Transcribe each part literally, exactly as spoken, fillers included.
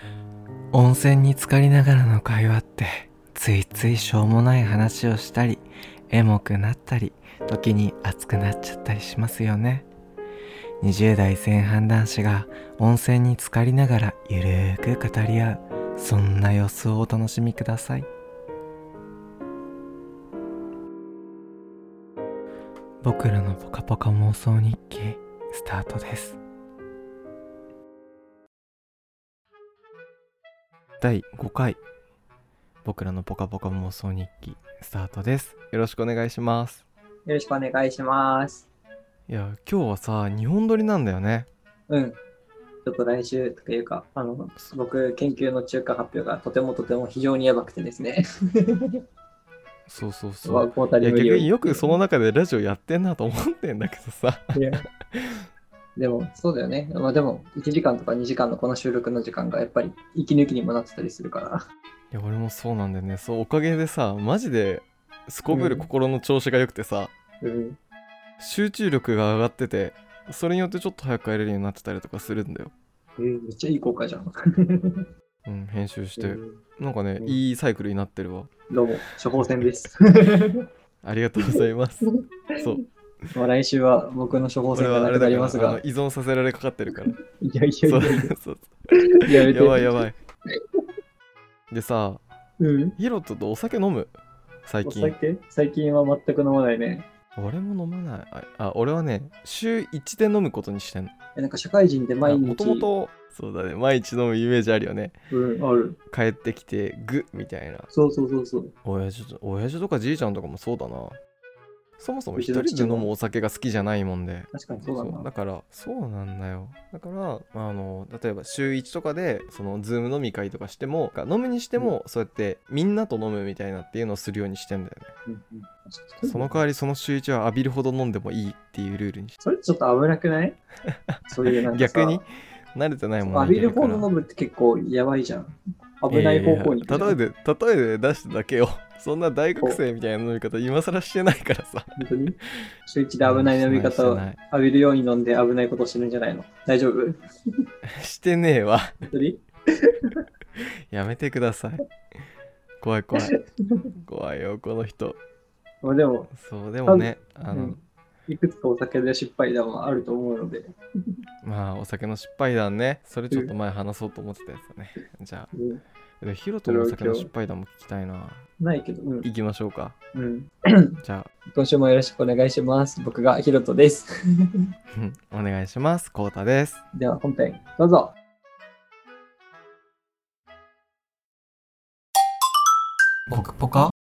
温泉に浸かりながらの会話ってついついしょうもない話をしたりエモくなったり時に熱くなっちゃったりしますよね。にじゅう代前半男子が温泉に浸かりながらゆるーく語り合う、そんな様子をお楽しみください。僕らのポカポカ妄想日記スタートです。だいごかい僕らのポカポカ妄想日記スタートです。よろしくお願いします。 よろしくお願いします。 いや今日はさにほん撮りなんだよね。 うんちょっと来週というかあの僕研究の中間発表がとてもとても非常にやばくてですねそうそうそう、 いやいや逆によくその中でラジオやってんなと思ってんだけどさいやでもそうだよね。まあでもいちじかんとかにじかんのこの収録の時間がやっぱり息抜きにもなってたりするから。 いや俺もそうなんだよね。そうおかげでさマジですこぶる心の調子が良くてさ、 うん、 集中力が上がってて、それによってちょっと早く帰れるようになってたりとかするんだよ。 えー、めっちゃいい効果じゃんうん編集して、 うん、 なんかね、 うん、 いいサイクルになってるわ。 どうも処方箋ですありがとうございますそうまあ来週は僕の処方箋がなくなりますが、 依存させられかかってるからいやいやいやいやそうそうやめてやばいやばいでさ、 うん、 ヒロトとお酒飲む最近。 お酒最近は全く飲まないね。 俺も飲まない。あ、俺はね週いちで飲むことにしてんの。 なんか社会人で毎日もともとそうだね、毎日飲むイメージあるよね。 うん、ある。 帰ってきてグみたいな。 そうそうそうそう。 親父と親父とかじいちゃんとかもそうだな。そもそも一人で飲むお酒が好きじゃないもんで。 確かにそうだな。 そうだからそうなんだよ。だからあの例えば週いちとかでそのズーム飲み会とかしても飲むにしても、うん、そうやってみんなと飲むみたいなっていうのをするようにしてんだよね、うんうん、その代わりその週いちは浴びるほど飲んでもいいっていうルールにして。 それちょっと危なくないそういうなんか逆に慣れてないもんね。 浴びるほど飲むって結構やばいじゃん。危ない方向に。 例えで例えで出しただけよ。そんな大学生みたいな飲み方今更してないからさ。 本当に週一で危ない飲み方を浴びるように飲んで危ないことしてるんじゃないの？大丈夫？ してねえわ。 本当にやめてください。怖い怖い。怖いよこの人。 まあでもそうでもね、あの、うん、 いくつかお酒で失敗談はあると思うので。 まあお酒の失敗談ね。それちょっと前話そうと思ってたやつだね。じゃあ。うんヒロトのお酒の失敗談も聞きたいな。 ないけど、うん、 行きましょうか。 うん、 じゃあ今週もよろしくお願いします。僕がヒロトですお願いします。コウタです。 では本編どうぞ。 ポカポカ。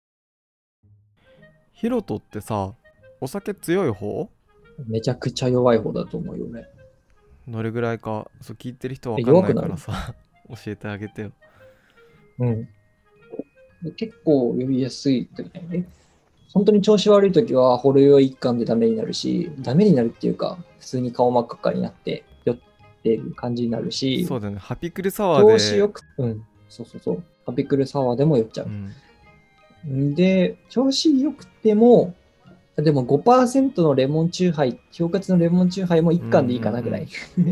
ヒロトってさ、お酒強い方？ めちゃくちゃ弱い方だと思うよね。 どれぐらいか、そう聞いてる人わかんないからさ教えてあげてよ。 うん。結構酔いやすい時だよね。本当に調子悪い時はほろ酔い一貫でダメになるし、ダメになるっていうか、普通に顔真っ赤っかになって酔ってる感じになるし。 そうだね、ハピクルサワーで。 調子よく、うん、そうそうそう。ハピクルサワーでも酔っちゃう。うん、で、調子よくても、でも ごパーセント のレモンチューハイ、氷結のレモンチューハイも一貫でいいかなぐらい。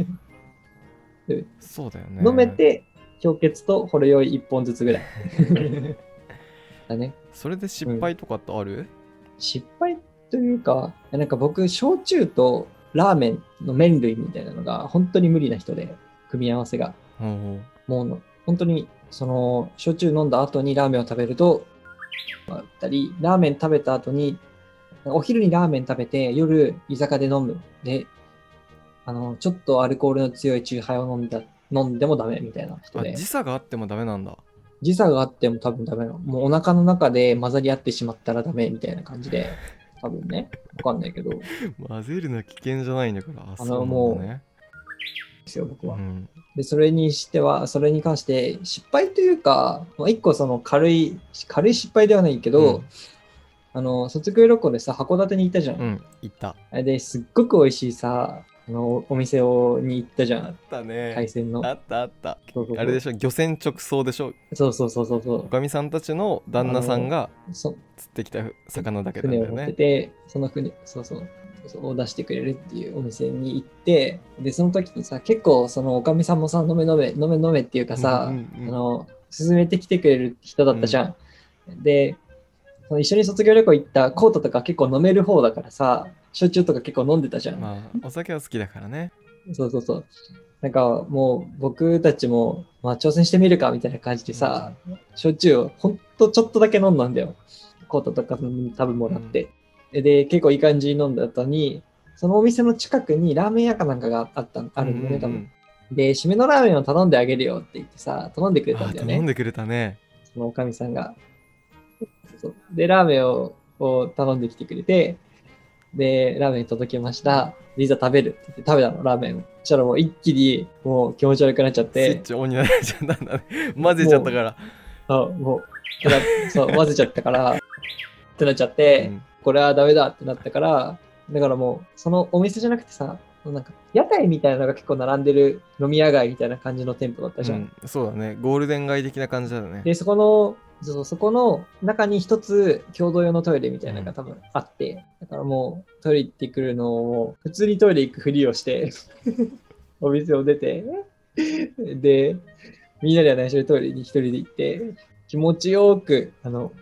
そうだよね。 飲めて、氷結とほろ酔いいっぽんずつぐらいだね。 それで失敗とかってある？うん、 失敗というか、なんか僕焼酎とラーメンの麺類みたいなのが本当に無理な人で、組み合わせが、うん、もう本当にその焼酎飲んだ後にラーメンを食べるとあったり、ラーメン食べた後にお昼にラーメン食べて夜居酒屋で飲むで、あのちょっとアルコールの強い酎ハイを飲んだ飲んでもダメみたいな人で。 あ、時差があってもダメなんだ。 時差があっても多分ダメなの。もうお腹の中で混ざり合ってしまったらダメみたいな感じで、多分ね、わかんないけど。 混ぜるの危険じゃないんだから。あ、 あの、もう、ですよ、僕は、うん。で、それにしては、それに関して失敗というか、一個その軽い、軽い失敗ではないけど、うん、あの、卒業旅行でさ、函館に行ったじゃん。 うん、行った。 あれですっごく美味しいさ、あのお店をに行ったじゃん。 あったね。 海鮮の。 あったあった。そうそうそう、あれでしょ、漁船直送でしょ。 そうそうそうそうそう。 おかみさんたちの旦那さんが釣ってきた魚だけなんだよね。 船を持ってて、その船、そうそう。 そうを出してくれるっていうお店に行って、でその時にさ、結構そのおかみさんもさ、飲め飲め飲め飲めっていうかさ、 うんうんうん、 あの勧めてきてくれる人だったじゃん、うん、でその一緒に卒業旅行行ったコートとか結構飲める方だからさ、焼酎とか結構飲んでたじゃん。 まあお酒は好きだからね。 そうそうそう。なんかもう僕たちも、まあ、挑戦してみるかみたいな感じでさ、うん、焼酎をほんとちょっとだけ飲んだんだよ。コートとか多分もらって、うん、で結構いい感じに飲んだ後に、そのお店の近くにラーメン屋かなんかがあったあるんだよね、多分、うんうんうん、で締めのラーメンを頼んであげるよって言ってさ、頼んでくれたんだよね。 あ、頼んでくれたね。 そのおかみさんが。そうでラーメンをを頼んできてくれて、でラーメン届きました、いざ食べるって言って食べたの、ラーメンを。そしたらもう一気にもう気持ち悪くなっちゃって、 スイッチオンになっちゃったんだね。混ぜちゃったから。 そう、もうそう混ぜちゃったからってなっちゃって、うん、これはダメだってなったから、だからもうそのお店じゃなくてさ、なんか屋台みたいなのが結構並んでる飲み屋街みたいな感じの店舗だったじゃん、 うん、そうだね、ゴールデン街的な感じだよね。 でそこのそ, そこの中に一つ共同用のトイレみたいなのが多分あって、うん、だからもうトイレ行ってくるのを普通にトイレ行くふりをしてお店を出てでみんなでは内緒でトイレに一人で行って気持ちよくあの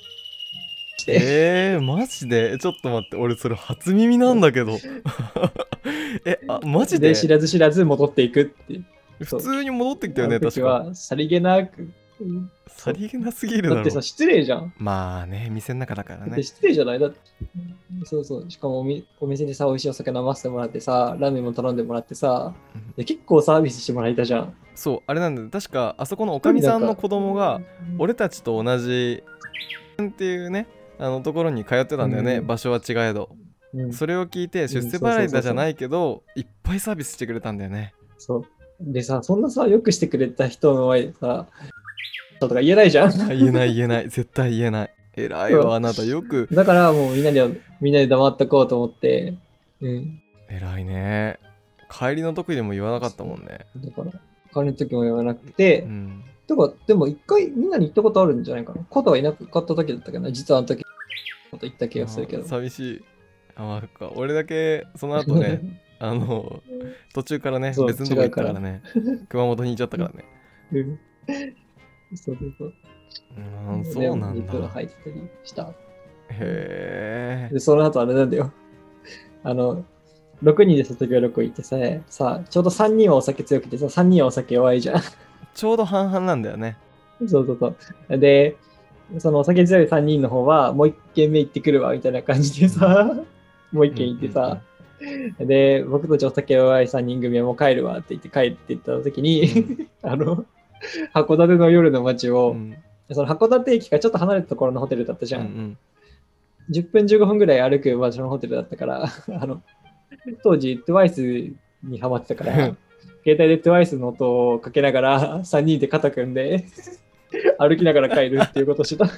えー、マジでちょっと待って、俺それ初耳なんだけどえ、あ、マジでで知らず知らず戻っていくって普通に戻ってきたよね、確か。 はさりげなく、 さりげなすぎるだろ。 だってさ、失礼じゃん。 まあね、店の中だからね。だって失礼じゃない？だってそうそう。しかもおみお店でさ、美味しいお酒飲ませてもらってさ、ラーメンも頼んでもらってさ、で結構サービスしてもらえたじゃん。 そう、あれなんだよ。確かあそこのおかみさんの子供が俺たちと同じっていうね、あのところに通ってたんだよね、うん、場所は違えど、うん、それを聞いて出世払いだじゃないけど、いっぱいサービスしてくれたんだよね。 そうでさ、そんなさ、よくしてくれた人の前でさとか言えないじゃん。 言えない言えない、絶対言えない。偉いわ、あなたよく。 だからもうみんなでみんなで黙っとこうと思って、うん、 偉いね。帰りの時でも言わなかったもんね。 だから帰りの時も言わなくて、うん、とかでも一回みんなに行ったことあるんじゃないかな。コタはいなかった時だったけど、実はあの時こと言った気がするけど。 寂しい。あ、まあ、か俺だけその後ねあの途中からね別のとこ行ったからね、熊本に行っちゃったからね。うんそうそうそう。 うん、そうなんだ。 入ってたりした。 へえ。 で、その後あれなんだよ。あの、ろくにんで卒業旅行行ってさ、さ、ちょうどさんにんはお酒強くてさ、さんにんはお酒弱いじゃん。 ちょうど半々なんだよね。 そうそうそう。で、そのお酒強いさんにんの方は、もう一軒目行ってくるわ、みたいな感じでさ、もう一軒行ってさ、うんうんうん、で、僕たちお酒弱いさんにん組はもう帰るわって言って帰って行った時に、うん、あの、函館の夜の街を、うん、その函館駅からちょっと離れたところのホテルだったじゃん。うんうん、じゅっぷんじゅうごふんぐらい歩く場所のホテルだったから、あの当時 トゥワイス にハマってたから、携帯で トゥワイス の音をかけながらさんにんで肩組んで歩きながら帰るっていうことをした。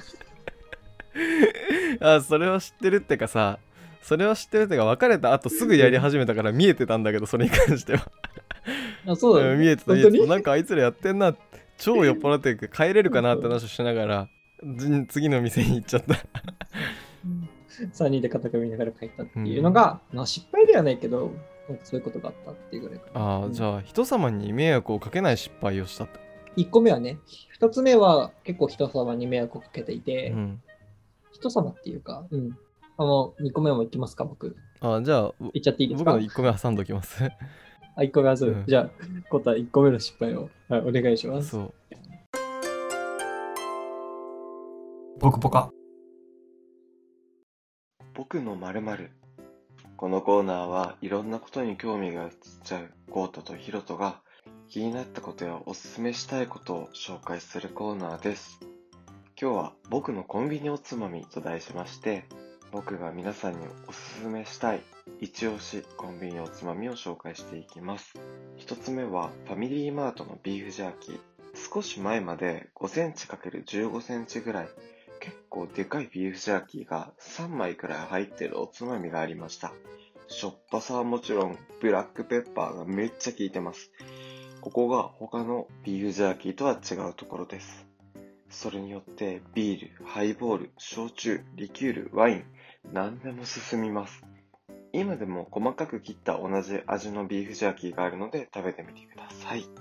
あ、それは知ってるってかさ、それは知ってるってか、別れた後すぐやり始めたから見えてたんだけど、それに関してはあ、そうだ、ね、 見えてた、見えてた。なんかあいつらやってんな、超酔っ払って帰れるかなって話をしながら次の店に行っちゃったさんにんで肩組みながら帰ったっていうのが、うん、まあ、失敗ではないけど、なんかそういうことがあったっていうぐらいかな。 ああ、うん、じゃあ人様に迷惑をかけない失敗をしたって。 いっこめはね、ふたつめは結構人様に迷惑をかけていて、うん、人様っていうか、うん、あのにこめもいきますか、僕。 あ、じゃあいっちゃっていいですか。 僕のいっこめ挟んどきますあ、いっこめはそう、うん、じゃあコタいっこめの失敗を、はい、お願いします。そう、 僕ポカ僕の〇〇。このコーナーはいろんなことに興味が移っちゃうコータとヒロトが気になったことやおすすめしたいことを紹介するコーナーです。今日は僕のコンビニおつまみと題しまして、僕が皆さんにおすすめしたい一押しコンビニおつまみを紹介していきます。一つ目はファミリーマートのビーフジャーキー。少し前までごセンチかけるじゅうごセンチぐらい結構でかいビーフジャーキーがさんまいくらい入ってるおつまみがありました。しょっぱさはもちろんブラックペッパーがめっちゃ効いてます。ここが他のビーフジャーキーとは違うところです。それによってビール、ハイボール、焼酎、リキュール、ワイン何でも進みます。 今でも細かく切った同じ味のビーフジャーキーがあるので食べてみてください。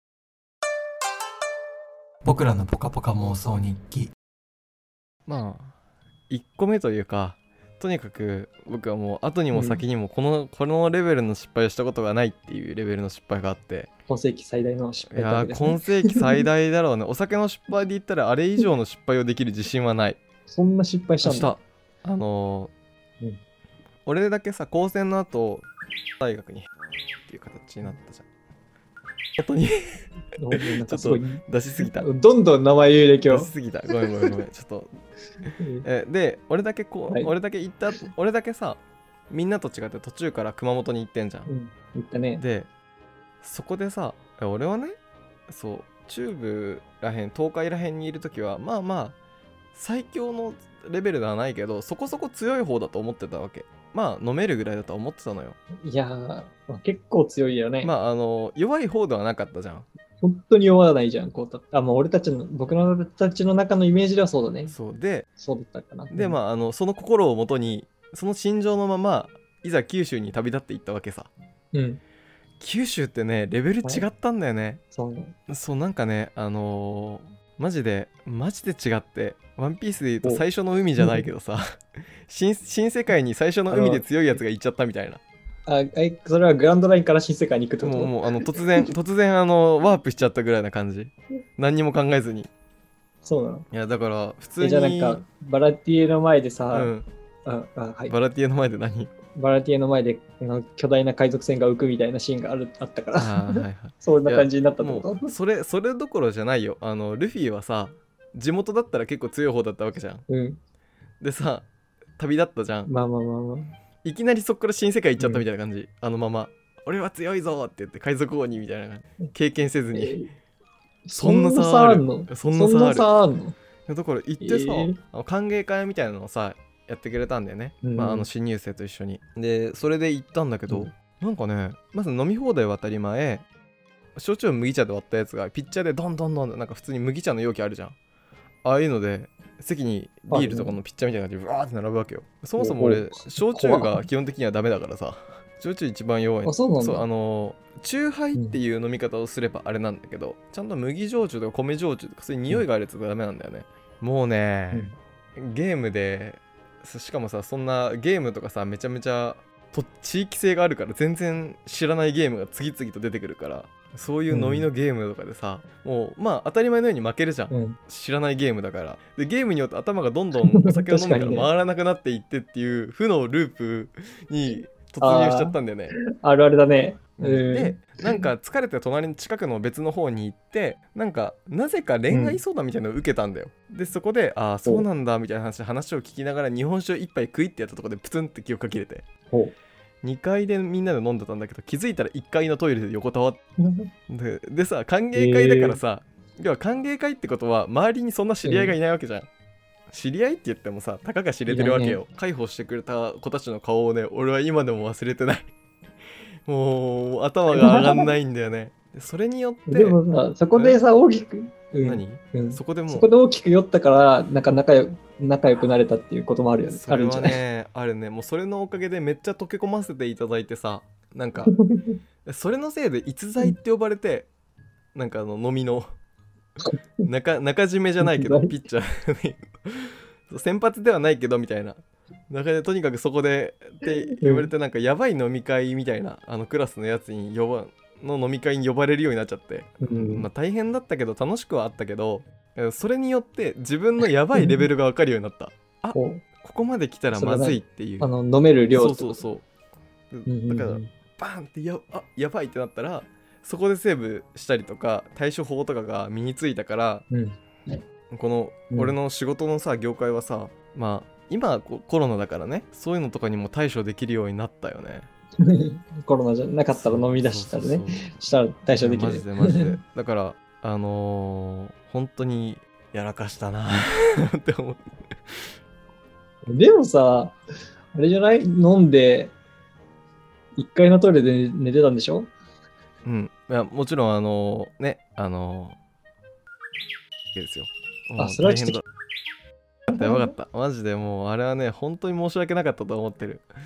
僕らのポカポカ妄想日記。まあいっこめというか、とにかく僕はもう後にも先にもこの、うん、このレベルの失敗をしたことがないっていうレベルの失敗があって、 今世紀最大の失敗だったんですね。いや今世紀最大だろうね。お酒の失敗で言ったらあれ以上の失敗をできる自信はない。 そんな失敗したんだ。 したあのーうん、俺だけさ高専の後大学にっていう形になったじゃん。本当にちょっと出しすぎた。 どんどん名前言うで今日。 出しすぎた。ごめんごめんごめん。ちょっとえで俺だけこう、はい、俺だけ行った俺だけさみんなと違って途中から熊本に行ってんじゃん。うん、 行ったね。 でそこでさ俺はねそう中部らへん東海らへんにいるときはまあまあ最強のレベルではないけどそこそこ強い方だと思ってたわけ。まあ飲めるぐらいだと思ってたのよ。 いやー結構強いよね。 まああの弱い方ではなかったじゃん。 本当に弱らないじゃんこうたあもう俺たちの僕のたちの中のイメージではそうだね。 そうでそうだったかな。 でまああのその心をもとにその心情のままいざ九州に旅立っていったわけさ。 うん。 九州ってねレベル違ったんだよね。 そうね。 そうなんかねあのー、マジでマジで違ってワンピースで言うと最初の海じゃないけどさ新, 新世界に最初の海で強いやつが行っちゃったみたいな。 あえそれはグランドラインから新世界に行くってこと？ もうもうあの突然突然あのワープしちゃったぐらいな感じ。何にも考えずに。 そうなの？ いやだから普通にじゃあなんかバラティエの前でさ、 うん、 ああはい、 バラティエの前で何？ バラティエの前で巨大な海賊船が浮くみたいなシーンがあるあったから、 あ、はいはい、 そんな感じになったってこと？ それそれどころじゃないよ。あのルフィはさ地元だったら結構強い方だったわけじゃん。 うん、 でさ旅立ったじゃん。 まあまあまあまあ。 いきなりそっから新世界行っちゃったみたいな感じ、うん、あのまま俺は強いぞって言って海賊王にみたいな感じ経験せずに、えー、そんな差あるの？ そんな差ある？差あんの？ だから行ってさ、えー、あの歓迎会みたいなのをさやってくれたんだよね、うんまあ、あの新入生と一緒に。でそれで行ったんだけど、うん、なんかねまず飲み放題は当たり前焼酎を麦茶で割ったやつがピッチャーでどんどんどんなんか普通に麦茶の容器あるじゃん。ああいうので席にビールとかのピッチャーみたいな感じでわーって並ぶわけよ。そもそも俺焼酎が基本的にはダメだからさ焼酎一番弱い。 あ、そうなんだ。 そうあの酎ハイっていう飲み方をすればあれなんだけど、うん、ちゃんと麦焼酎とか米焼酎とかそういう匂いがあるやつがダメなんだよね、うん、もうね、うん、ゲームでしかもさそんなゲームとかさめちゃめちゃと地域性があるから全然知らないゲームが次々と出てくるからそういう飲みのゲームとかでさ、うん、もうまあ当たり前のように負けるじゃん、うん、知らないゲームだから。でゲームによって頭がどんどんお酒を飲むから回らなくなっていってっていう負のループに突入しちゃったんだよね。 あ, あるあるだね。 でなんか疲れて隣の近くの別の方に行ってなんかなぜか恋愛相談みたいなのを受けたんだよ、うん、でそこでああそうなんだみたいな話話を聞きながら日本酒を一杯食いってやったところでプツンって記憶が切れてにかいでみんなで飲んでたんだけど気づいたらいっかいのトイレで横たわってで, でさ歓迎会だからさ、えー、要は歓迎会ってことは周りにそんな知り合いがいないわけじゃん、うん、知り合いって言ってもさたかが知れてるわけよ。介抱してくれた子たちの顔をね俺は今でも忘れてないもう頭が上がんないんだよねそれによってでもさそこでさ大きく、 うん、何、うん、そこでもそこで大きく酔ったからなんか仲良仲良くなれたっていうこともあるよね。 それはねあるね。もうそれのおかげでめっちゃ溶け込ませていただいてさなんかそれのせいで逸材って呼ばれてなんかあの飲みの中中締めじゃないけどピッチャー先発ではないけどみたいな中でとにかくそこでって言われてなんかやばい飲み会みたいなあのクラスのやつに呼ばの飲み会に呼ばれるようになっちゃって、うん、まあ大変だったけど楽しくはあったけどそれによって自分のやばいレベルが分かるようになったあここまで来たらまずいっていうあの飲める量そうそうそうだからバーンってやあやばいってなったらそこでセーブしたりとか対処法とかが身についたから、うん、この俺の仕事のさ業界はさまあ今コロナだからねそういうのとかにも対処できるようになったよねコロナじゃなかったら飲み出したらねしたら対処できる。 マジでマジでだからあのー、本当にやらかしたなって思うでもさあれじゃない飲んでいっかいのトイレで寝てたんでしょ。 うんいやもちろんあのー、ねあのー、ですよ。 あそれはちょっとやばかったマジでもうあれはね本当に申し訳なかったと思ってる。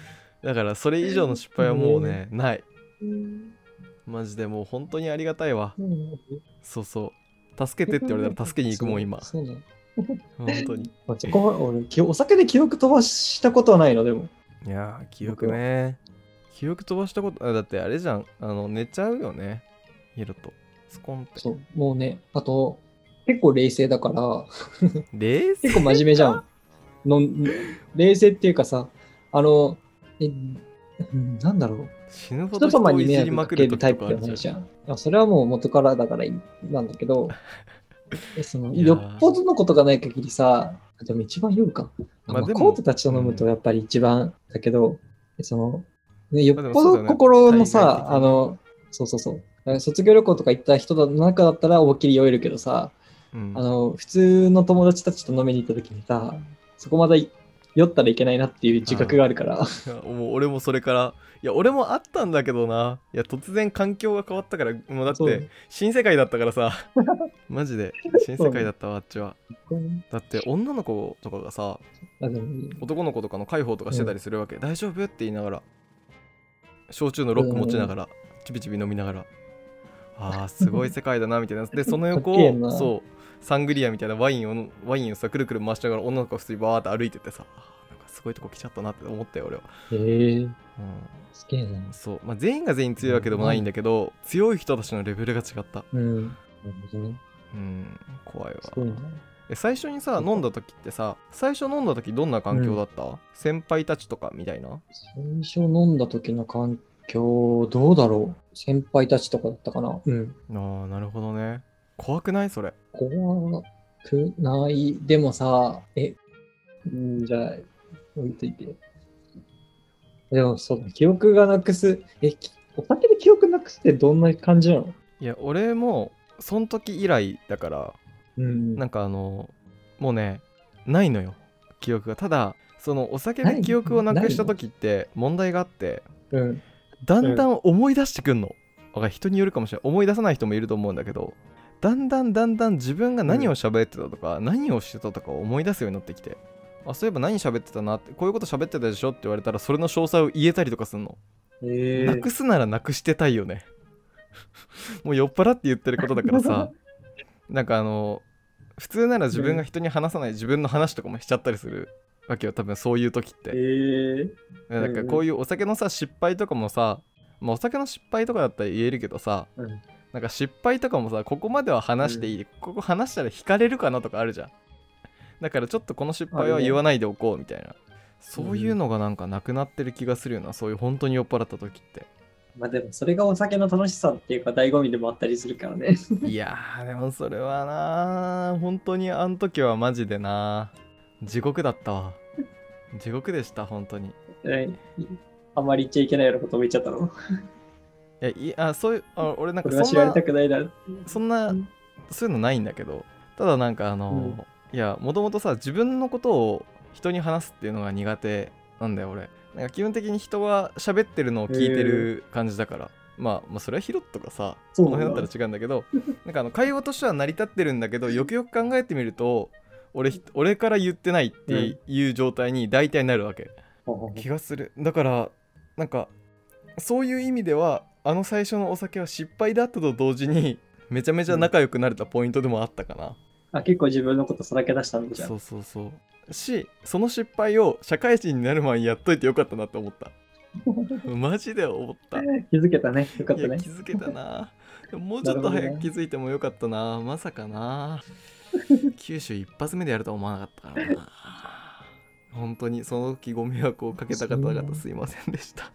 だからそれ以上の失敗はもうね、ない。 うんマジでもう本当にありがたいわ。 うんそうそう助けてって言われたら助けに行くもん今。 そうそうね。 本当に。 まあそこは俺きお酒で記憶飛ばしたことはないのでも。 いやー記憶ね。記憶飛ばしたことあだってあれじゃん、あの寝ちゃうよねヒロとスコンって。 そうもうね、あと結構冷静だから冷静結構真面目じゃん。の冷静っていうかさ、あのえうんなんだろう。 死ぬほど人様に人をいじ迷惑かけりまくる時るタイプじゃとかあるじゃん。 ないじゃん。いやそれはもう元からだからいいなんだけど、えそのいやーよっぽどのことがない限りさ、でも一番酔うか。あまあまあでもコートたちと飲むとやっぱり一番だけど、えそのね、よっまあでもぽどそうだよね心の対外さ、 的にあの、そうそうそう。だから卒業旅行とか行った人の中だったら思いっきり酔えるけどさ、 うんあの、普通の友達たちと飲みに行った時にさ、そこまで酔ったらいけないなっていう自覚があるから。 いやもう俺もそれからいや俺もあったんだけどな。いや突然環境が変わったからもうだっそうて新世界だったからさマジで新世界だったわあっちは。だって女の子とかがさあでもいい男の子とかの介抱とかしてたりするわけ、大丈夫って言いながら焼酎のロック持ちながら、ちびちび飲みながらあーすごい世界だなみたいな。でその横かっけえなをそうサングリアみたいなワインをワインをさくるくる回しながら女の子が普通にバーって歩いててさ、あーなんかすごいとこ来ちゃったなって思ったよ俺は。 へえうんすげえな。 そうまあ全員が全員強いわけでもないんだけど、強い人たちのレベルが違った。 うん。なるほどね。 うん怖いわ。 すごいな。 え最初にさ飲んだ時ってさ最初飲んだ時どんな環境だった、先輩たちとかみたいな。 最初飲んだ時の環境、どうだろう。先輩たちとかだったかな。うん。 ああなるほどね。怖くないそれ。 怖くない。でもさ、え、うんじゃあ、置いといて。でもそうだ、記憶がなくす。え、きお酒で記憶なくすってどんな感じなの？ いや俺もその時以来だからうん。 なんかあのもうねないのよ記憶が。ただそのお酒で記憶をなくした時って問題があってうん。 だんだん思い出してくんの。わかる人によるかもしれない思い出さない人もいると思うんだけどだんだんだんだん自分が何を喋ってたとか、何をしてたとかを思い出すようになってきて、あそういえば何喋ってたなってこういうこと喋ってたでしょって言われたらそれの詳細を言えたりとかすんの。 えなくすならなくしてたいよねもう酔っ払って言ってることだからさなんかあの普通なら自分が人に話さない自分の話とかもしちゃったりするわけよ多分そういう時っえて。 ー、 なんかこういうお酒のさ失敗とかもさ、まあ、お酒の失敗とかだったら言えるけどさ、 うんなんか失敗とかもさここまでは話していい、うん、ここ話したら引かれるかなとかあるじゃん。だからちょっとこの失敗は言わないでおこうみたいな、そういうのがなんかなくなってる気がするよな、そういう本当に酔っ払った時って。 まあでもそれがお酒の楽しさっていうか醍醐味でもあったりするからねいやーでもそれはな本当にあの時はマジでな地獄だったわ地獄でした本当に。 えあんまり言っちゃいけないようなことも言っちゃったの？ いやいあそういうあ俺なんかそんな知られたくないなそんなそういうのないんだけど、ただなんかあの、うん、いやもともとさ自分のことを人に話すっていうのが苦手なんだよ俺。なんか基本的に人は喋ってるのを聞いてる感じだから、まあ、まあそれはヒロとかさこの辺だったら違うんだけどなんかあの会話としては成り立ってるんだけどよくよく考えてみると俺俺から言ってないっていう状態に大体なるわけ、うん、気がする。だからなんかそういう意味ではあの最初のお酒は失敗だったと同時にめちゃめちゃ仲良くなれたポイントでもあったかな、うん、 あ結構自分のことさらけ出したんじゃん。 そうそうそうしその失敗を社会人になる前にやっといてよかったなって思ったマジで思った気づけたねよかったね。 いや気づけたなでももうちょっと早く気づいてもよかったな、まさかな九州一発目でやるとは思わなかったからな本当にその時ご迷惑をかけた方々すいませんでした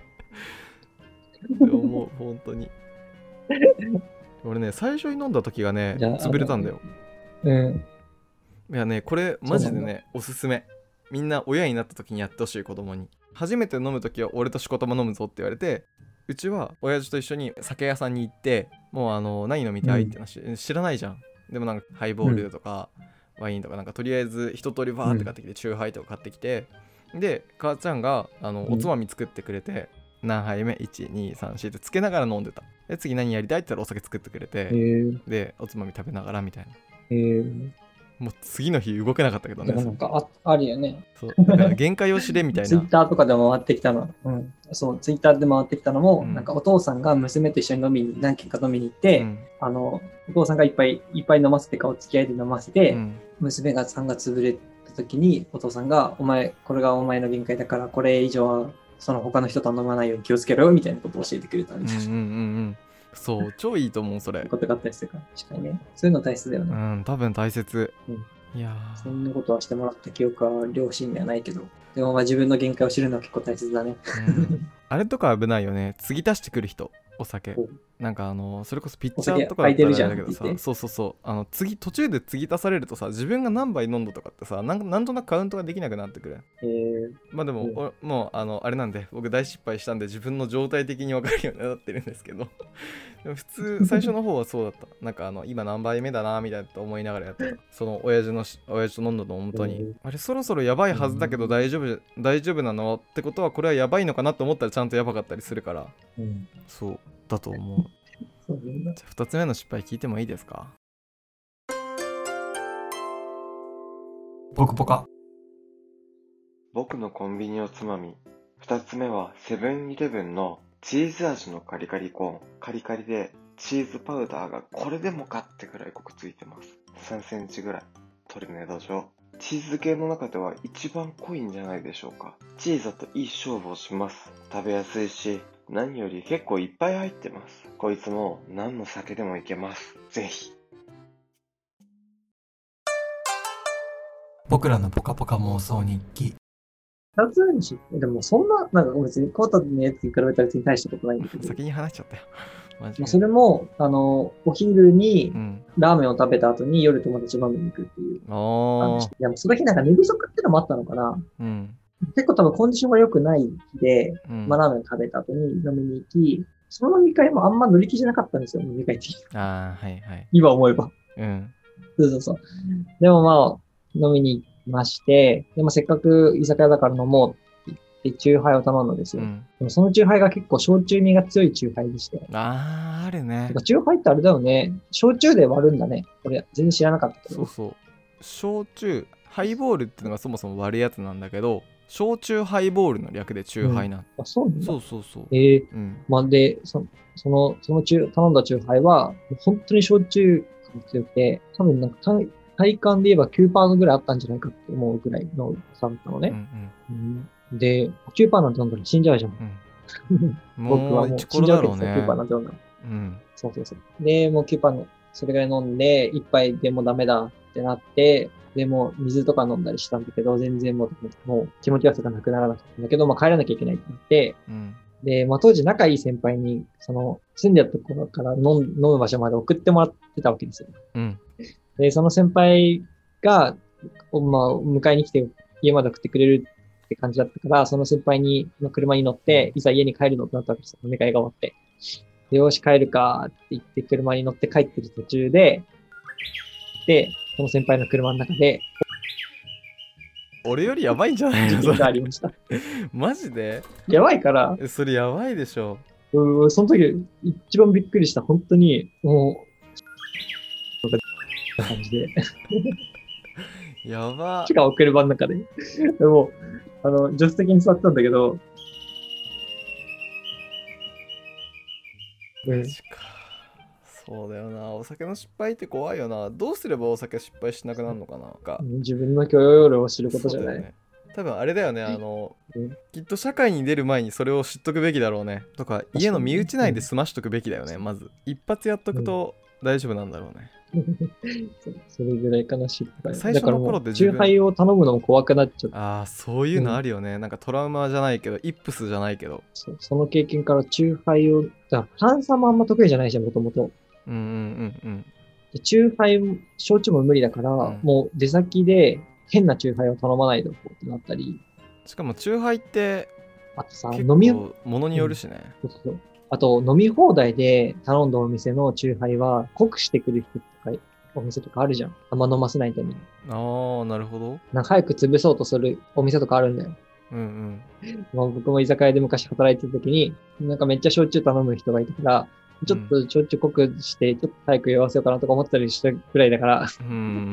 でももう本当に俺ね最初に飲んだ時がね潰れたんだよ。 うんいやねこれマジでねおすすめ。みんな親になった時にやってほしい。子供に初めて飲む時は俺としこたま飲むぞって言われて、うちは親父と一緒に酒屋さんに行ってもうあの何飲みたいって話、うん、知らないじゃん。でもなんかハイボールとか、うん、ワインとかなんかとりあえず一通りバーって買ってきて、うん、チューハイとか買ってきてで母ちゃんがあのおつまみ作ってくれて、うん、何杯目 いちにさんし ってつけながら飲んでた。で次何やりたいって言ったらお酒作ってくれて、でおつまみ食べながらみたいな。 へーもう次の日動けなかったけどでもね。 なんかああるよね。 そうだから限界を知れみたいツイッな。 ターとかで回ってきたの、うん、そう、ツイッターで回ってきたのも、 うんなんかお父さんが娘と一緒に飲みに、何軒か飲みに行って、 うんあの、お父さんがいっぱいいっぱい飲ませてか、お付き合いで飲ませて、 うん娘がさんがつ潰れた時に、お父さんが、お前、これがお前の限界だから、これ以上は、その他の人と飲まないように気をつけろよ、みたいなことを教えてくれたみたいな、 うんうんうんうんそう超いいと思うそれ。 ことがあったりするから、確かにね。そういうの大切だようね。 ん多分大切。 うんいやーそんなことはしてもらった記憶は両親にはないけど、でもまあ自分の限界を知るのは結構大切だね。 うんあれとか危ないよね。継ぎ足してくる人、お酒そう。 なんかあのそれこそピッおチャー酒とかだったらあれ空いてるじゃんだけどさ、 って言ってそうそうそうあの次途中で継ぎ足されるとさ、自分が何杯飲んだとかってさ、なんなんとなくカウントができなくなってくる。 えー、 まあでも、 うんおもうあのあれなんで僕大失敗したんで自分の状態的に分かるようになってるんですけどでも普通最初の方はそうだった。なんかあの今何杯目だなみたいなと思いながらやってた。その親父のし親父と飲んだの本当に、 うんあれそろそろやばいはずだけど大丈夫大丈夫なのってことはこれはやばいのかなと思ったらちゃんとやばかったりするから、 うん、 そうだと思う。 そうなんだ。 じゃあふたつめの失敗聞いてもいいですか？ ポカポカ。 僕のコンビニおつまみ。二つ目はセブンイレブンのチーズ味のカリカリコーン。カリカリでチーズパウダーがこれでもかってくらい濃くついてます。さんセンチぐらい。トルネード状。チーズ系の中では一番濃いんじゃないでしょうか。チーズだといい勝負をします。食べやすいし、何より結構いっぱい入ってます。こいつも何の酒でもいけます。ぜひ。 僕らのポカポカ妄想日記。 二つ目にし、でもそんな、なんか別にコータのやつに比べたら別に大したことないんだけど、 先に話しちゃったよマジで。 まあ、それも、あの、お昼にうんラーメンを食べた後に夜友達と飲みに行くっていう。 あいや、その日なんか寝不足ってのもあったのかな。 うん結構多分コンディションが良くない日で、 うんまあラーメンを食べた後に飲みに行き、その飲み会もあんま乗り気じゃなかったんですよ、飲み会って。 あーはいはい今思えば。 うんそうそうそう。でもまあ、飲みに行きまして、でもせっかく居酒屋だから飲もうって言って、チューハイを頼んだんですよ。 うんでもそのチューハイが結構焼酎味が強いチューハイでして。 あーあるねてかチューハイってあれだよね。焼酎で割るんだね。これ全然知らなかったけど。 そうそう焼酎ハイボールっていうのがそもそも割るやつなんだけど、焼酎ハイボールの略でチューハイなの、 あ、そうなんだ。 そうそうそうええー、 うんまあ、で、そその、そのチュー頼んだチューハイは、本当に焼酎が強くて、多分なんか体体感で言えばきゅうパーセントぐらいあったんじゃないかって思うぐらいの差だったのうんね。 うんうんで、きゅうパーセントなんて飲んだら死んじゃうじゃん。 うん僕はもうもうイチコ死んじゃうけどさ、 ロだろうねきゅうパーセントなんて飲んだら。 うんそうそうそう。で、もうきゅうパーセントの、それぐらい飲んで、一杯でもダメだってなって、でも水とか飲んだりしたんだけど、全然もう、もう気持ちよさがなくならなかったんだけど、まあ帰らなきゃいけないってなって、 うんで、まあ当時仲いい先輩に、その、住んでたところから飲む飲む場所まで送ってもらってたわけですよ。 うんで、その先輩が、おまあ、迎えに来て家まで送ってくれるって感じだったから、その先輩に、の車に乗って、いざ家に帰るのってなったわけですよ。飲み会が終わって。で、よし、帰るかって言って車に乗って帰ってる途中で、で、その先輩の車の中で、 俺よりやばいんじゃない事の件それがありました。 マジでやばいから、 えそれやばいでしょ。 うーその時、一番びっくりした。本当に、もう、感じで。 やばしかも車の中で。でも、あの、助手席に座ってたんだけど、うんマジか。そうだよな。お酒の失敗って怖いよな。どうすればお酒失敗しなくなるのかな。なんか自分の許容量を知ることじゃない。 そうだよね。多分あれだよね。あのうんきっと社会に出る前にそれを知っとくべきだろうね。とか家の身内内で済ましとくべきだよね。まず一発やっとくと大丈夫なんだろうね。 そそれぐらい悲しい。 最初の頃でだからもう、 自分チューハイを頼むのも怖くなっちゃった。 ああそういうのあるよね。なんかトラウマじゃないけどイップスじゃないけど。 そうその経験からチューハイを、だから炭酸もあんま得意じゃないじゃん、もともと。 うんうんうんうん。 でチューハイ、焼酎も無理だから、 うんもう出先で変なチューハイを頼まないでおこうってなったり、 しかもチューハイってあとさ、 結飲み、 構ものによるしね。 そうそうそうあと飲み放題で頼んだお店のチューハイは濃くしてくる人とか、お店とかあるじゃん。あんま飲ませないために。 ああなるほど。 なんか早く潰そうとするお店とかあるんだよ。 うんうん。 まあ僕も居酒屋で昔働いてた時に、なんかめっちゃ焼酎頼む人がいたから、 ちょっとちょっちょ濃くして、ちょっと早く酔わせようかなとか思ったりしたぐらいだから、 うん、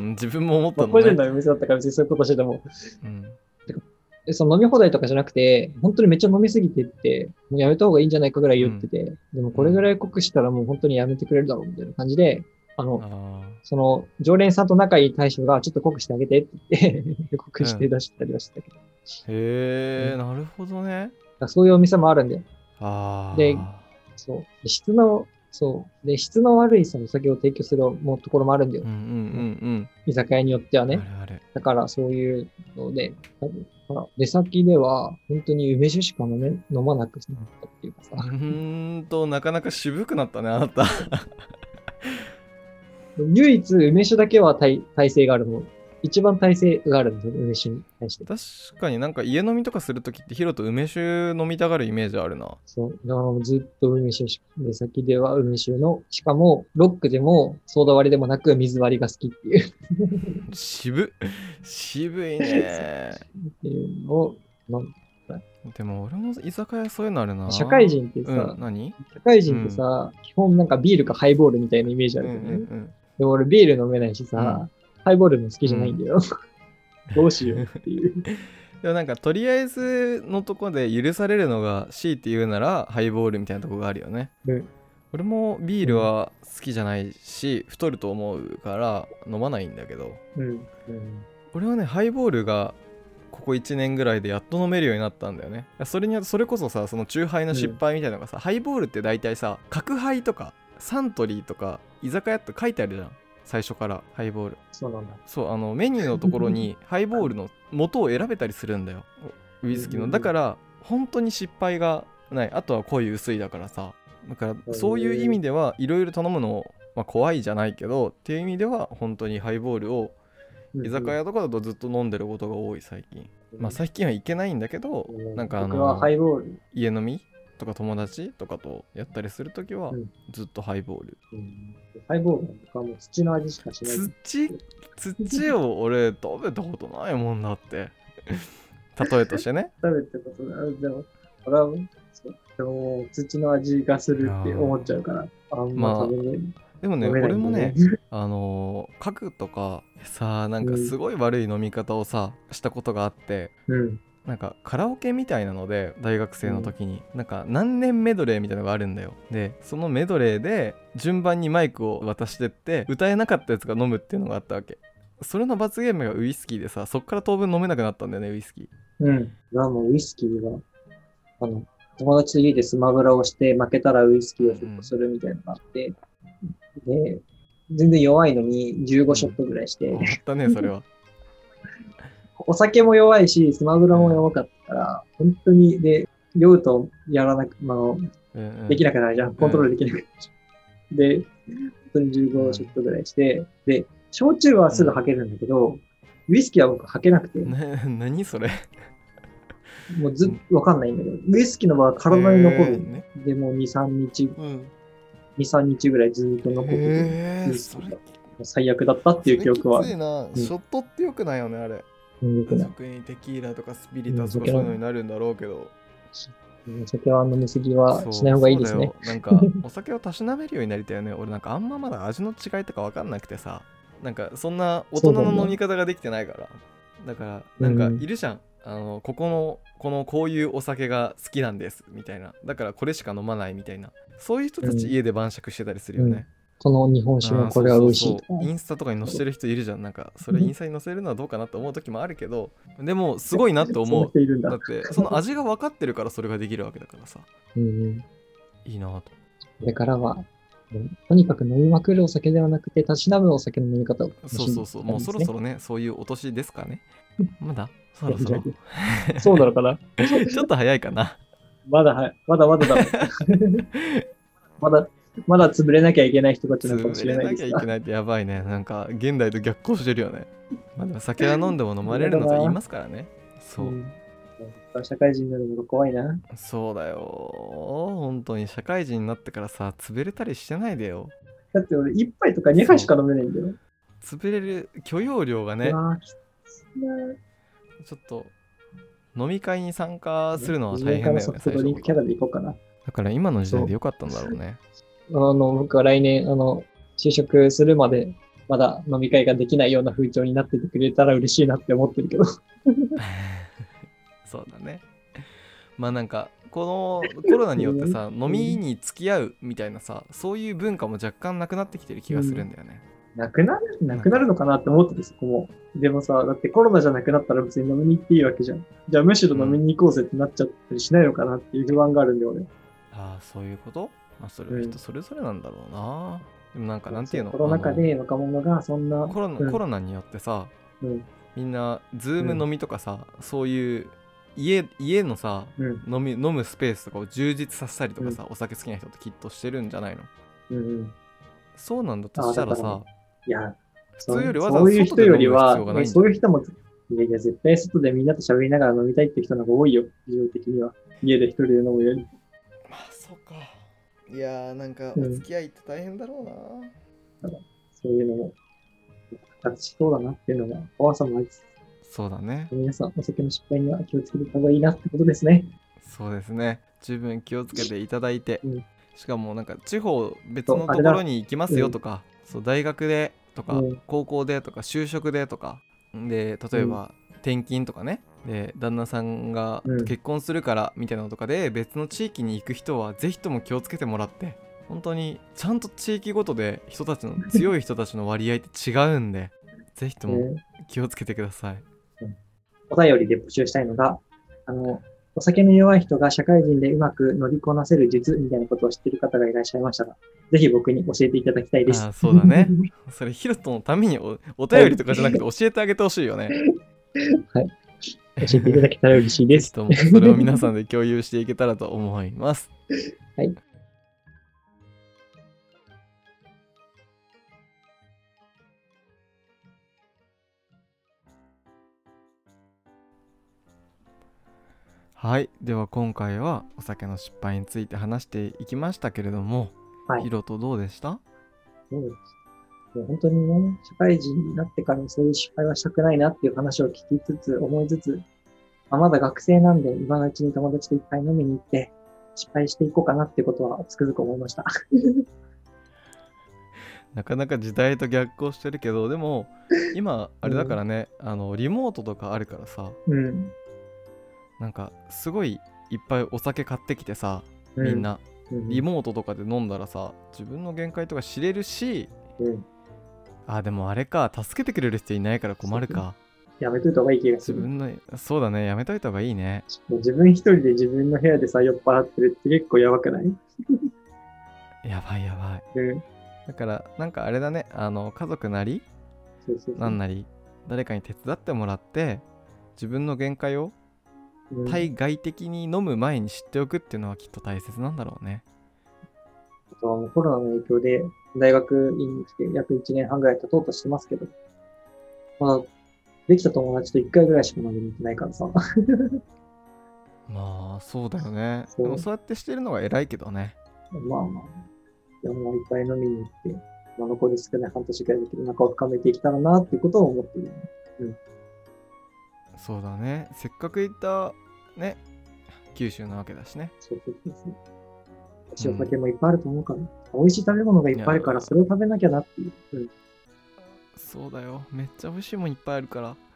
自分も思ったまあ、 の個人ね。 の店だったから別にそういうことしてても、 うんでその飲み放題とかじゃなくて、本当にめっちゃ飲みすぎてって、もうやめた方がいいんじゃないかぐらい言ってて、でもこれぐらい濃くしたらもう本当にやめてくれるだろうみたいな感じで、あの、 あその常連さんと仲いい大将がちょっと濃くしてあげてって言って濃くして出したりはしてたけど、 ーへえ、 うんなるほどね。 だからそういうお店もあるんだよ。 ああ。 でそう。で質の、そう。で、質の悪いさ、お酒を提供するもところもあるんだよ。 うんうんうん居酒屋によってはうん。 ね。 あるある。 だからそういうので、多分ほら出先では本当に梅酒しか飲め、飲まなくなったっていうかうさ、 ーんと、なかなか渋くなったね、あなた。 唯一梅酒だけは耐耐性があるの。一番耐性があるんだよ、梅酒に対して。 確かになんか家飲みとかするときってヒロと梅酒飲みたがるイメージあるな。 そう。だからもうずっと梅酒しか、出先では梅酒の、しかもロックでもソーダ割りでもなく水割りが好きっていう渋渋いね。 っていうのを、まあでも俺も居酒屋そういうのあるな。 社会人ってさ、 うん、何社会人ってさ、基本なんかビールかハイボールみたいなイメージあうんうるけどね。 んでも俺ビール飲めないしさ、 うんハイボールも好きじゃないんだよ。どうしようっていう。 でもなんかとりあえずのとこで許されるのが C って言うならハイボールみたいなとこがあるよね。 うん俺もビールは好きじゃないし、太ると思うから飲まないんだけど、 うん。うん。 俺はねハイボールがここいちねんぐらいでやっと飲めるようになったんだよね。それにそれこそさ、そのチューハイの失敗みたいなのがさ、ハイボールって大体さ角ハイとかサントリーとか居酒屋って書いてあるじゃん、最初からハイボール。 そうなんだ。 そう、あのメニューのところにハイボールの元を選べたりするんだよ、ウイスキーの。だから本当に失敗がない。あとは濃い薄いだからさ、だからそういう意味ではいろいろ頼むの、まあ、怖いじゃないけどっていう意味では本当にハイボールを居酒屋とかだとずっと飲んでることが多い最近。まあ最近はいけないんだけど、なんかあ僕はのハイボール。 家飲みとか友達とかとやったりするときはうんずっとハイボール。 うんハイボールとかもう土の味しかしない。 土土を俺食べたことないもんだって例えとしてね。 食べたことない。でも、俺はそうでも土の味がするって思っちゃうから、あんま食べれない。 でもね、 飲めない俺もんだよね、あのー、家具とかさ、なんかすごい悪い飲み方をさ、したことがあって、 うん。 なんかカラオケみたいなので大学生の時に、うん、なんか何年メドレーみたいなのがあるんだよ。でそのメドレーで順番にマイクを渡してって歌えなかったやつが飲むっていうのがあったわけ。それの罰ゲームがウイスキーでさ、そっから当分飲めなくなったんだよね、ウイスキー。 うん。まあもうウイスキーは、あの、友達と家でスマブラをして負けたらウイスキーをショットするみたいなのがあって、うん、で、全然弱いのにじゅうごショットぐらいして。 あったね、それは。 お酒も弱いし、スマブラも弱かったから、本当に、で、酔うとやらなく、まあ、うんうん、できなくなるじゃん。コントロールできなくなるじゃん。で、本当にじゅうごショットぐらいして、で、焼酎はすぐ吐けるんだけど、うん、ウイスキーは僕吐けなくて。 な、何それもうずっとわかんないんだけど、ウイスキーの場合は体に残る、ね。で、もうに、さんにち、うん、に、さんにちぐらいずっと残ってる。ウイスキーが最悪だったっていう記憶は。 きついな、うん、ショットってよくないよね、あれ。特にテキーラとかスピリタスとかそういうのになるんだろうけど、 お酒は飲みすぎはしない方がいいですね。 なんかお酒をたしなめるようになりたいよね。俺なんかあんままだ味の違いとか分かんなくてさ、なんかそんな大人の飲み方ができてないから、だからなんかいるじゃん、うん、あのここのこのこういうお酒が好きなんですみたいな、だからこれしか飲まないみたいな、そういう人たち家で晩酌してたりするよね。うんうん、 この日本酒のこれは美味しいとか、 インスタとかに載せてる人いるじゃん。なんかそれインスタに載せるのはどうかなと思う時もあるけど、でもすごいなって思う。だってその味が分かってるからそれができるわけだからさ、うんうん、いいなと。 これからはとにかく飲みまくるお酒ではなくて、たしなむお酒の飲み方を、ね、 そうそうそう、もうそろそろね、そういうお年ですかね。まだそろそろそうなのかなちょっと早いかな。 まだはまだまだだまだまだ潰れなきゃいけない人たちなのかもしれないですが。 潰れなきゃいけないってやばいね。なんか現代と逆行してるよね。まあでも酒は飲んでも飲まれるのと言いますからね。そう、うん、 社会人になるのが怖いな。 そうだよ。本当に社会人になってからさ、潰れたりしてないでよ。 だって俺いっぱいとかにはいしか飲めないんだよ。 潰れる許容量がね。ちょっと飲み会に参加するのは大変だよね。 最初キャラで行こうかな。 だから今の時代でよかったんだろうね。 あの、僕は来年、あの、就職するまで、まだ飲み会ができないような風潮になっててくれたら嬉しいなって思ってるけど。 そうだね。まあなんかこのコロナによってさ、飲みに付き合うみたいなさ、そういう文化も若干なくなってきてる気がするんだよね。 うん、なくなるなくなるのかなって思ってる、そこも。でもさ、だってコロナじゃなくなったら別に飲みに行っていいわけじゃん。じゃあむしろ飲みに行こうぜってなっちゃったりしないのかなっていう不安があるんだよね。 ああ、そういうこと？まあそれは人それぞれなんだろうな。うん、でもなんかなんていうの、 コロナ禍で若者がそんなコロナ、うん、コロナによってさ、うん、みんなズーム飲みとかさ、うん、そういう家, 家のさ、うん、飲み飲むスペースとかを充実させたりとかさ、うん、お酒好きな人ってきっとしてるんじゃないの？うんうん、そうなんだとしたらさ、 いや、 普通よりわざわざ外で飲む必要がないんだよ。 そういう人も、いやいや、絶対外でみんなと喋りながら飲みたいって人の方が多いよ、事情的には。家で一人で飲むより。 まあ、そうか。いやー、なんか、お付き合いって大変だろうな。 うん、そういうのも、形しそうだなっていうのが、怖さもありつつ。 そうだね。 皆さん、お酒の失敗には気をつけた方がいいなってことですね。 そうですね。十分気をつけていただいて、うん、しかもなんか地方別のところに行きますよとか、そう、そう大学でとか、うん、高校でとか就職でとかで、例えば、うん、転勤とかね、で旦那さんが結婚するからみたいなのとかで、別の地域に行く人はぜひとも気をつけてもらって、本当にちゃんと地域ごとで人たちの強い人たちの割合って違うんでぜひとも気をつけてください。 うん、お便りで募集したいのが、あのお酒の弱い人が社会人でうまく乗りこなせる術みたいなことを知っている方がいらっしゃいましたら、ぜひ僕に教えていただきたいです。 あ、そうだね。それヒロトのために お, お便りとかじゃなくて教えてあげてほしいよね。 はい。教えていただけたら嬉しいです。 ぜひともそれを皆さんで共有していけたらと思います。 はい。 はい、では今回はお酒の失敗について話していきましたけれども、はい、ヒロトどうでした？ そうです。もう本当にね、社会人になってからそういう失敗はしたくないなっていう話を聞きつつ、思いつつ、まあ、まだ学生なんで今のうちに友達といっぱい飲みに行って失敗していこうかなっていうことはつくづく思いました。 なかなか時代と逆行してるけど、でも今あれだからね、うん、あのリモートとかあるからさ、うん、なんかすごいいっぱいお酒買ってきてさ、みんな、うん、リモートとかで飲んだらさ、自分の限界とか知れるし、うん、あ、でもあれか、助けてくれる人いないから困るか。 やめといた方がいい気がする。 自分の、そうだね、やめといた方がいいね。 自分一人で自分の部屋でさ、酔っ払ってるって結構やばくない？ やばいやばい。うん、だからなんかあれだね、あの家族なり、そうそうそう、なんなり誰かに手伝ってもらって、自分の限界を対外的に飲む前に知っておくっていうのはきっと大切なんだろうね。 あとはコロナの影響で大学院に来て約いちねんはんぐらい経とうとしてますけど、まあ、できた友達といっかいぐらいしか飲みに行ってないからさ。 まあそうだよね。でもそうやってしてるのが偉いけどね。 まあまあ。いや、もういっぱい飲みに行って、まあ、残り少ない半年ぐらいだけど仲を深めていけたらなっていうことを思ってる、ね。うん。 そうだね。せっかく行ったね、九州なわけだしね。 そうそうそうそう。お酒もいっぱいあると思うから、うん、美味しい食べ物がいっぱいあるから、それを食べなきゃなっていう。うん、 そうだよ。めっちゃ美味しいもんいっぱいあるから。はい、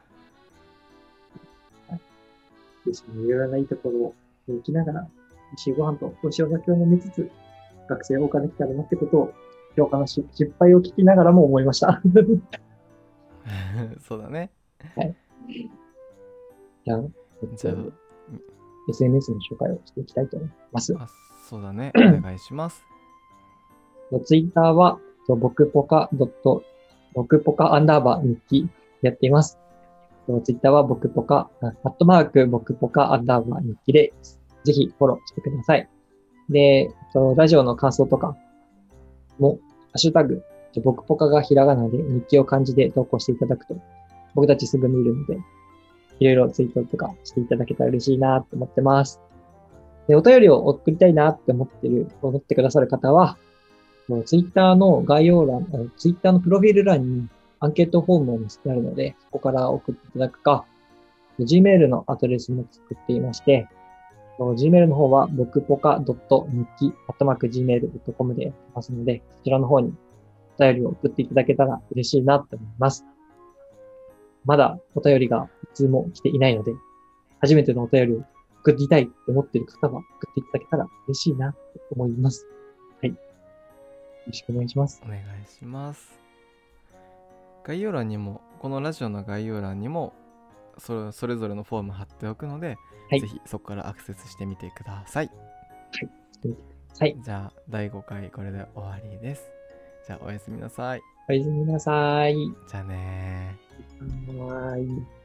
ですね。いろいろないいところを行きながら、美味しいご飯と美味しいお酒を飲みつつ、学生を謳歌できたらなってことを、今日話し、失敗を聞きながらも思いました。 そうだね。 はい。じゃあ、じゃあ、エスエヌエス の紹介をしていきたいと思います。 あ、そうだね。お願いします。 ツイッターは、僕ポカドット、僕ポカアンダーバー日記やっています。ツイッターは僕ポカ、アットマーク僕ポカアンダーバー日記で、ぜひフォローしてください。で、ラジオの感想とかも、ハッシュタグ、僕ポカがひらがなで日記を漢字で投稿していただくと、僕たちすぐ見るので、いろいろツイートとかしていただけたら嬉しいなと思ってます。で、お便りを送りたいなって思ってる、思ってくださる方は、ツイッターの概要欄、ツイッターのプロフィール欄にアンケートフォームを載せてあるので、そこから送っていただくか、Gmail のアドレスも作っていまして、 Gmail の方は、僕ポカ .日記、アットマーク ジーメールドットコム でやってますので、そちらの方にお便りを送っていただけたら嬉しいなと思います。まだお便りがいつも来ていないので、初めてのお便りを送りたいって思っている方は送っていただけたら嬉しいなと思います。はい。よろしくお願いします。 お願いします。概要欄にも、このラジオの概要欄にもそれ、それぞれのフォーム貼っておくので、はい、ぜひそこからアクセスしてみてください。 はい。 じゃあだいごかいこれで終わりです。じゃあおやすみなさい。 おやすみなさい。 じゃあねー。 はーい。